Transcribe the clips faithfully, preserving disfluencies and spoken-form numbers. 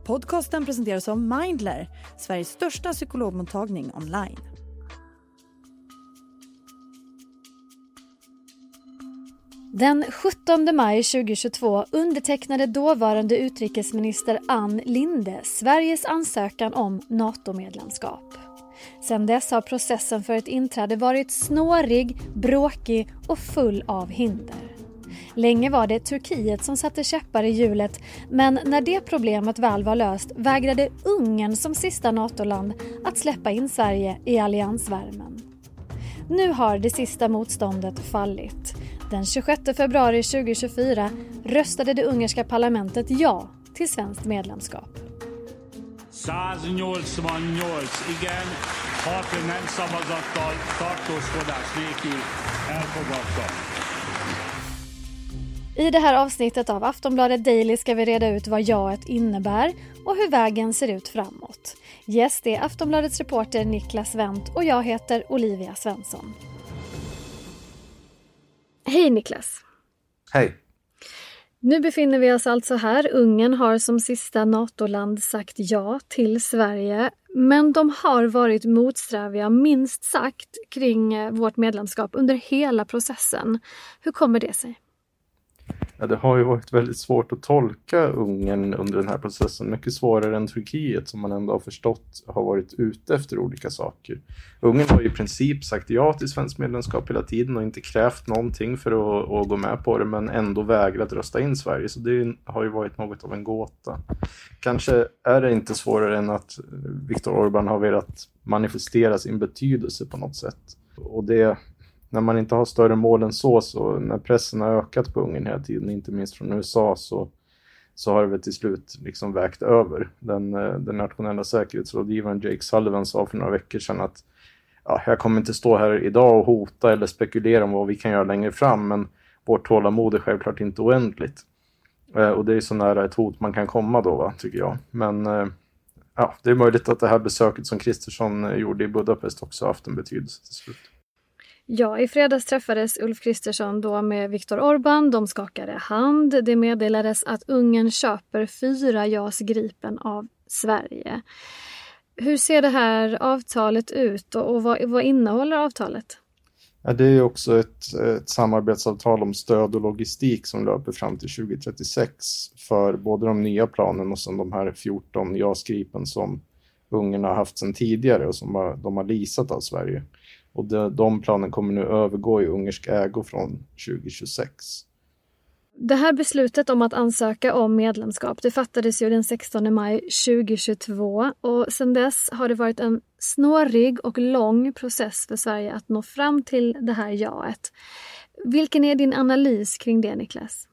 Podcasten presenteras av Mindler, Sveriges största psykologmottagning online. Den sjuttonde maj tjugohundratjugotvå undertecknade dåvarande utrikesminister Ann Linde Sveriges ansökan om NATO-medlemskap. Sedan dess har processen för ett inträde varit snårig, bråkig och full av hinder. Länge var det Turkiet som satte käppar i hjulet, men när det problemet väl var löst vägrade Ungern som sista NATO-land att släppa in Sverige i alliansvärmen. Nu har det sista motståndet fallit. Den tjugosjätte februari tjugohundratjugofyra röstade det ungerska parlamentet ja till svenskt medlemskap. Igen, határnemű szavazattal tartózkodás nélkül elfogadta. I det här avsnittet av Aftonbladet Daily ska vi reda ut vad jaet innebär och hur vägen ser ut framåt. Gäst är Aftonbladets reporter Niklas Wendt och jag heter Olivia Svensson. Hej Niklas. Hej. Nu befinner vi oss alltså här. Ungern har som sista NATO-land sagt ja till Sverige. Men de har varit motsträviga minst sagt kring vårt medlemskap under hela processen. Hur kommer det sig? Ja, det har ju varit väldigt svårt att tolka Ungern under den här processen. Mycket svårare än Turkiet som man ändå har förstått har varit ute efter olika saker. Ungern har i princip sagt ja till svensk medlemskap hela tiden och inte krävt någonting för att, att gå med på det, men ändå vägrat rösta in Sverige. Så det har ju varit något av en gåta. Kanske är det inte svårare än att Viktor Orbán har velat manifestera sin betydelse på något sätt. Och det... När man inte har större mål än så, så när pressen har ökat på Ungern hela tiden, inte minst från U S A, så, så har det väl till slut liksom vägt över. Den, den nationella säkerhetsrådgivaren Jake Sullivan sa för några veckor sedan att ja, jag kommer inte stå här idag och hota eller spekulera om vad vi kan göra längre fram, men vårt tålamod är självklart inte oändligt. Och det är så nära ett hot man kan komma då, va, tycker jag. Men ja, det är möjligt att det här besöket som Kristersson gjorde i Budapest också har haft en betydelse till slut. Ja, i fredags träffades Ulf Kristersson då med Viktor Orbán. De skakade hand. Det meddelades att Ungern köper fyra JAS Gripen av Sverige. Hur ser det här avtalet ut och, och vad, vad innehåller avtalet? Ja, det är också ett, ett samarbetsavtal om stöd och logistik som löper fram till tjugo trettiosex för både de nya planen och sen de här fjorton JAS Gripen som Ungern har haft sedan tidigare och som har, de har leasat av Sverige. Och de, de planen kommer nu övergå i ungersk ägo från tjugo tjugosex. Det här beslutet om att ansöka om medlemskap, det fattades ju den sextonde maj tjugohundratjugotvå. Och sedan dess har det varit en snårig och lång process för Sverige att nå fram till det här jaet. Vilken är din analys kring det, Niklas?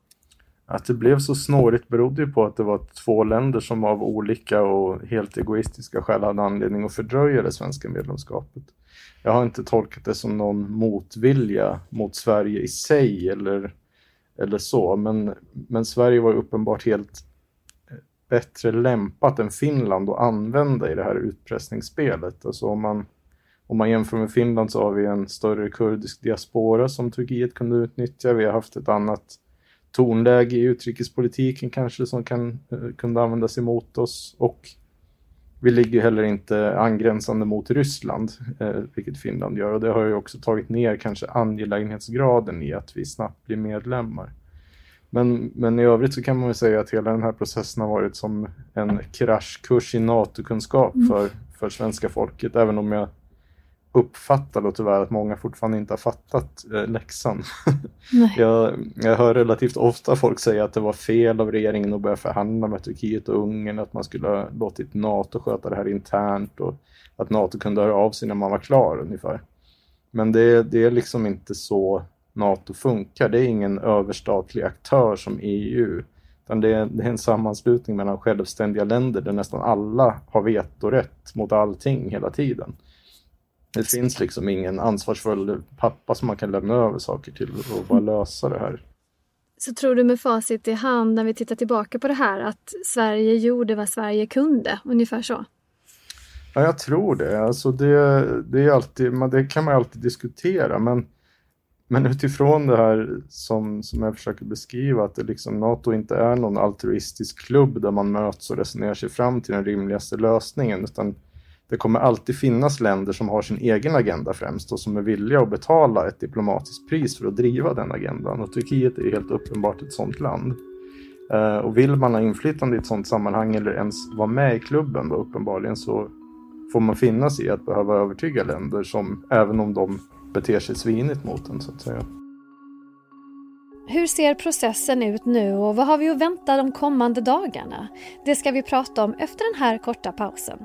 Att det blev så snårigt berodde ju på att det var två länder som av olika och helt egoistiska skäl hade anledning att fördröja det svenska medlemskapet. Jag har inte tolkat det som någon motvilja mot Sverige i sig eller, eller så. Men, men Sverige var uppenbart helt bättre lämpat än Finland att använda i det här utpressningsspelet. Alltså om man, om man jämför med Finland så har vi en större kurdisk diaspora som Turkiet kunde utnyttja. Vi har haft ett annat tonläge i utrikespolitiken kanske som kan, kunde användas emot oss, och vi ligger heller inte angränsande mot Ryssland, eh, vilket Finland gör, och det har ju också tagit ner kanske angelägenhetsgraden i att vi snabbt blir medlemmar. Men, men i övrigt så kan man väl säga att hela den här processen har varit som en kraschkurs i NATO-kunskap för, för svenska folket, även om jag uppfattar då tyvärr att många fortfarande inte har fattat eh, läxan. jag, jag hör relativt ofta folk säga att det var fel av regeringen att börja förhandla med Turkiet och Ungern, att man skulle ha låtit NATO sköta det här internt och att NATO kunde höra av sig när man var klar ungefär. Men det, det är liksom inte så NATO funkar. Det är ingen överstatlig aktör som E U, utan det är, det är en sammanslutning mellan självständiga länder där nästan alla har vetorätt mot allting hela tiden. Det finns liksom ingen ansvarsfull pappa som man kan lämna över saker till och bara lösa det här. Så tror du med facit i hand när vi tittar tillbaka på det här att Sverige gjorde vad Sverige kunde, ungefär så? Ja, jag tror det. Alltså det, det, är alltid, det kan man alltid diskutera, men men utifrån det här som, som jag försöker beskriva, att det liksom, NATO inte är någon altruistisk klubb där man möts och resonerar sig fram till den rimligaste lösningen, utan det kommer alltid finnas länder som har sin egen agenda främst och som är villiga att betala ett diplomatiskt pris för att driva den agendan. Och Turkiet är helt uppenbart ett sådant land. Uh, och vill man ha inflytande i ett sådant sammanhang eller ens vara med i klubben då, uppenbarligen, så får man finna sig i att behöva övertyga länder som, även om de beter sig svinigt mot den, så att säga. Hur ser processen ut nu och vad har vi att vänta de kommande dagarna? Det ska vi prata om efter den här korta pausen.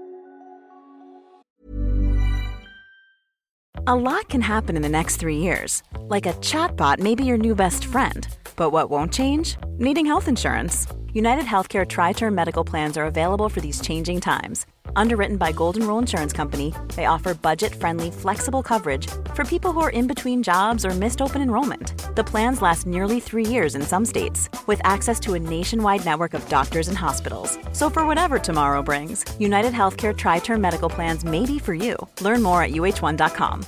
A lot can happen in the next three years. Like a chatbot may be your new best friend. But what won't change? Needing health insurance. United Healthcare Tri-Term Medical Plans are available for these changing times. Underwritten by Golden Rule Insurance Company, they offer budget-friendly, flexible coverage for people who are in between jobs or missed open enrollment. The plans last nearly three years in some states, with access to a nationwide network of doctors and hospitals. So for whatever tomorrow brings, United Healthcare Tri-Term Medical Plans may be for you. Learn more at U H one dot com.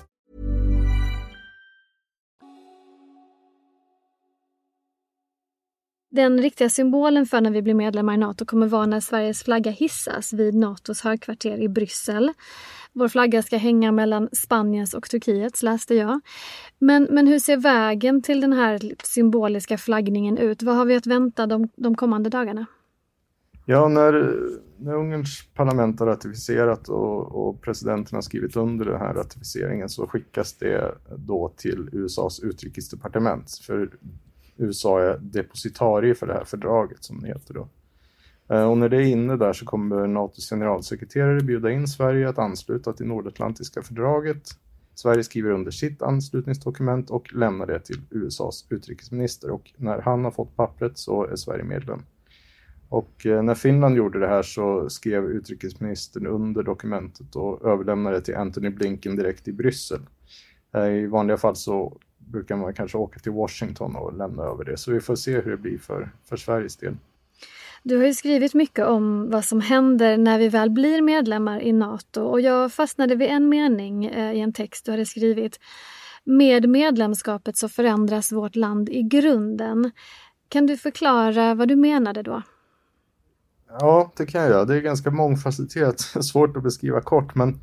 Den riktiga symbolen för när vi blir medlemmar i NATO kommer vara när Sveriges flagga hissas vid NATOs högkvarter i Bryssel. Vår flagga ska hänga mellan Spaniens och Turkiets, läste jag. Men, men hur ser vägen till den här symboliska flaggningen ut? Vad har vi att vänta de, de kommande dagarna? Ja, när, när Ungerns parlament har ratificerat och, och presidenten har skrivit under den här ratificeringen, så skickas det då till U S A:s utrikesdepartement. För U S A är depositarie för det här fördraget, som det heter då. Och när det är inne där så kommer NATOs generalsekreterare bjuda in Sverige att ansluta till Nordatlantiska fördraget. Sverige skriver under sitt anslutningsdokument och lämnar det till U S A:s utrikesminister. Och när han har fått pappret så är Sverige medlem. Och när Finland gjorde det här så skrev utrikesministern under dokumentet och överlämnade det till Antony Blinken direkt i Bryssel. I vanliga fall så brukar man kanske åka till Washington och lämna över det. Så vi får se hur det blir för, för Sveriges del. Du har ju skrivit mycket om vad som händer när vi väl blir medlemmar i NATO. Och jag fastnade vid en mening eh, i en text du hade skrivit. Med medlemskapet så förändras vårt land i grunden. Kan du förklara vad du menade då? Ja, det kan jag göra. Det är ganska mångfacetterat. Svårt att beskriva kort. Men,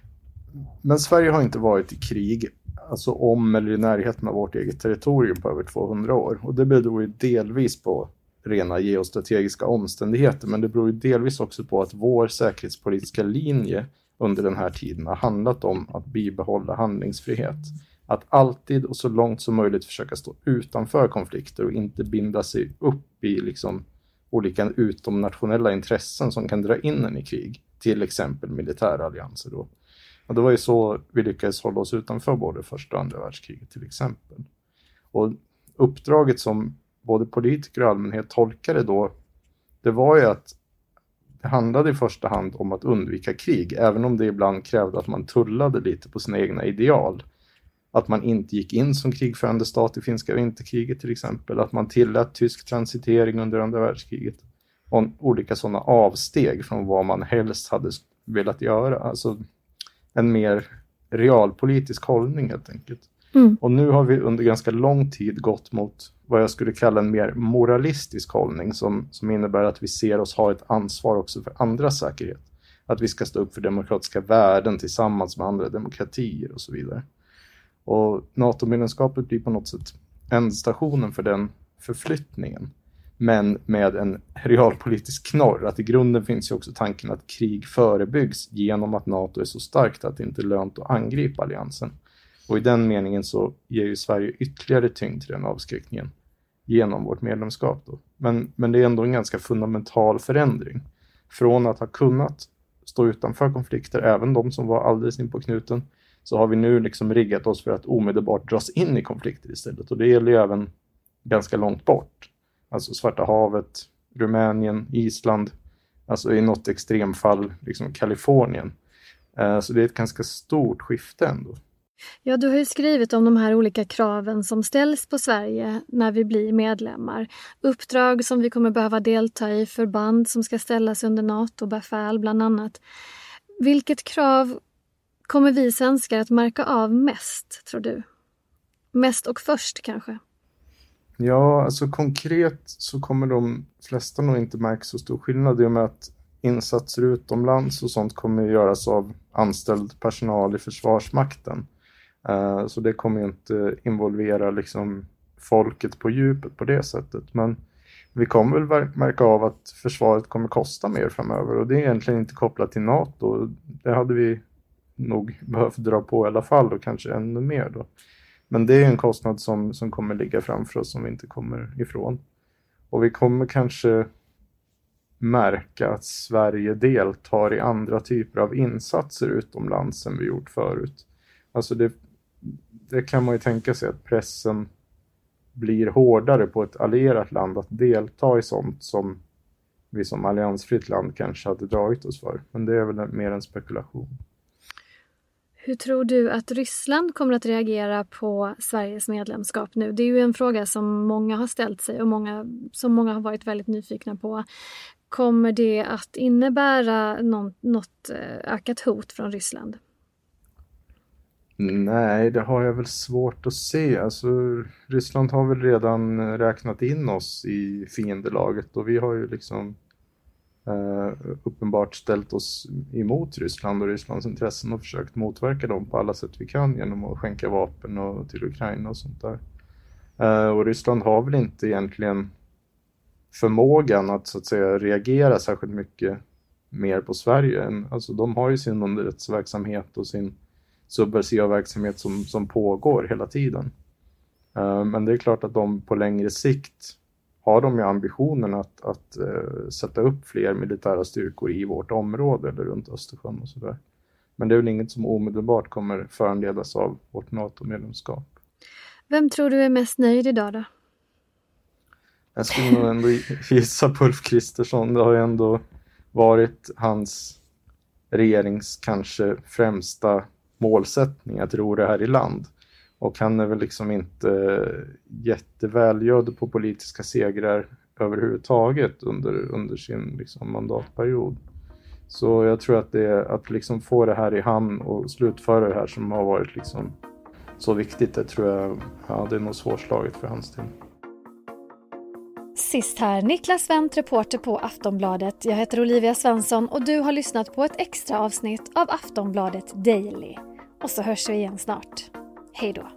men Sverige har inte varit i krig. Alltså om eller i närheten av vårt eget territorium på över tvåhundra år. Och det beror ju delvis på rena geostrategiska omständigheter. Men det beror ju delvis också på att vår säkerhetspolitiska linje under den här tiden har handlat om att bibehålla handlingsfrihet. Att alltid och så långt som möjligt försöka stå utanför konflikter och inte binda sig upp i liksom olika utomnationella intressen som kan dra in en i krig. Till exempel militärallianser då. Och det var ju så vi lyckades hålla oss utanför både första och andra världskriget till exempel. Och uppdraget som både politiker och allmänhet tolkade då, det var ju att det handlade i första hand om att undvika krig. Även om det ibland krävde att man tullade lite på sina egna ideal. Att man inte gick in som krigförande stat i finska vinterkriget till exempel. Att man tillät tysk transitering under andra världskriget. Och olika sådana avsteg från vad man helst hade velat göra. Alltså en mer realpolitisk hållning helt enkelt. Mm. Och nu har vi under ganska lång tid gått mot vad jag skulle kalla en mer moralistisk hållning. Som, som innebär att vi ser oss ha ett ansvar också för andras säkerhet. Att vi ska stå upp för demokratiska värden tillsammans med andra demokratier och så vidare. Och NATO-medlemskapet blir på något sätt ändstationen för den förflyttningen. Men med en realpolitisk knorr. Att i grunden finns ju också tanken att krig förebyggs genom att NATO är så starkt att det inte är lönt att angripa alliansen. Och i den meningen så ger ju Sverige ytterligare tyngd till den avskräckningen genom vårt medlemskap då. Men, men det är ändå en ganska fundamental förändring. Från att ha kunnat stå utanför konflikter, även de som var alldeles in på knuten, så har vi nu liksom riggat oss för att omedelbart dras in i konflikter istället. Och det gäller ju även ganska långt bort. Alltså Svarta havet, Rumänien, Island, alltså i något extremfall liksom Kalifornien. Eh, så det är ett ganska stort skifte ändå. Ja, du har ju skrivit om de här olika kraven som ställs på Sverige när vi blir medlemmar. Uppdrag som vi kommer behöva delta i, förband som ska ställas under NATO-befäl bland annat. Vilket krav kommer vi svenskar att märka av mest, tror du? Mest och först kanske? Ja, alltså konkret så kommer de flesta nog inte märka så stor skillnad i och med att insatser utomlands och sånt kommer att göras av anställd personal i Försvarsmakten. Uh, så det kommer inte involvera liksom folket på djupet på det sättet. Men vi kommer väl märka av att försvaret kommer kosta mer framöver och det är egentligen inte kopplat till NATO. Det hade vi nog behövt dra på i alla fall och kanske ännu mer då. Men det är en kostnad som, som kommer ligga framför oss som vi inte kommer ifrån. Och vi kommer kanske märka att Sverige deltar i andra typer av insatser utomlands än vi gjort förut. Alltså det, det kan man ju tänka sig att pressen blir hårdare på ett allierat land att delta i sånt som vi som alliansfritt land kanske hade dragit oss för. Men det är väl mer en spekulation. Hur tror du att Ryssland kommer att reagera på Sveriges medlemskap nu? Det är ju en fråga som många har ställt sig och många, som många har varit väldigt nyfikna på. Kommer det att innebära någon, något ökat hot från Ryssland? Nej, det har jag väl svårt att se. Alltså, Ryssland har väl redan räknat in oss i fiendelaget och vi har ju liksom Uh, uppenbart ställt oss emot Ryssland och Rysslands intressen och försökt motverka dem på alla sätt vi kan genom att skänka vapen och till Ukraina och sånt där. Uh, och Ryssland har väl inte egentligen förmågan att så att säga reagera särskilt mycket mer på Sverige. Än, alltså de har ju sin underrättelseverksamhet och sin subversiva verksamhet som, som pågår hela tiden. Uh, men det är klart att de på längre sikt har de ju ambitionen att, att uh, sätta upp fler militära styrkor i vårt område eller runt Östersjön och sådär. Men det är väl inget som omedelbart kommer föranledas av vårt NATO-medlemskap. Vem tror du är mest nöjd idag då? Jag skulle nog ändå gissa på Ulf Kristersson. Det har ju ändå varit hans regerings kanske främsta målsättning att ro det här i land. Och han är väl liksom inte jättevälgödd på politiska segrar överhuvudtaget under, under sin liksom mandatperiod. Så jag tror att det är att liksom få det här i hamn och slutföra det här som har varit liksom så viktigt. Det tror jag, ja, det är nog svårslaget för hans del. Sist här, Niklas Wendt, reporter på Aftonbladet. Jag heter Olivia Svensson och du har lyssnat på ett extra avsnitt av Aftonbladet Daily. Och så hörs vi igen snart. Hej då!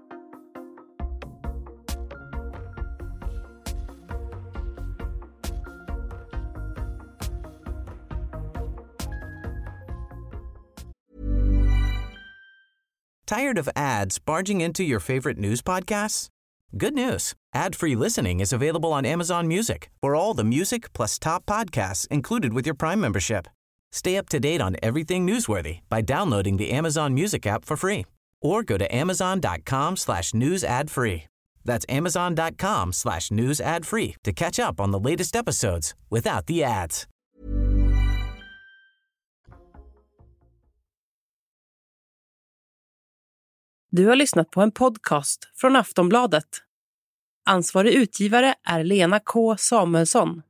Tired of ads barging into your favorite news podcasts? Good news. Ad-free listening is available on Amazon Music for all the music plus top podcasts included with your Prime membership. Stay up to date on everything newsworthy by downloading the Amazon Music app for free or go to amazon.com slash news ad free. That's amazon.com slash news ad free to catch up on the latest episodes without the ads. Du har lyssnat på en podcast från Aftonbladet. Ansvarig utgivare är Lena K. Samuelsson.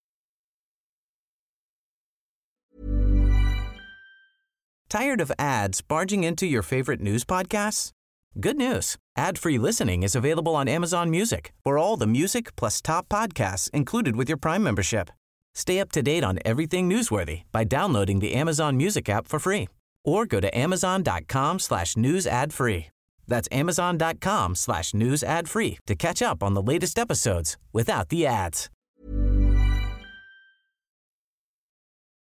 Tired of ads barging into your favorite news podcasts? Good news. Ad-free listening is available on Amazon Music for all the music plus top podcasts included with your Prime membership. Stay up to date on everything newsworthy by downloading the Amazon Music app for free or go to amazon.com slash news ad free. That's amazon.com slash news ad free to catch up on the latest episodes without the ads.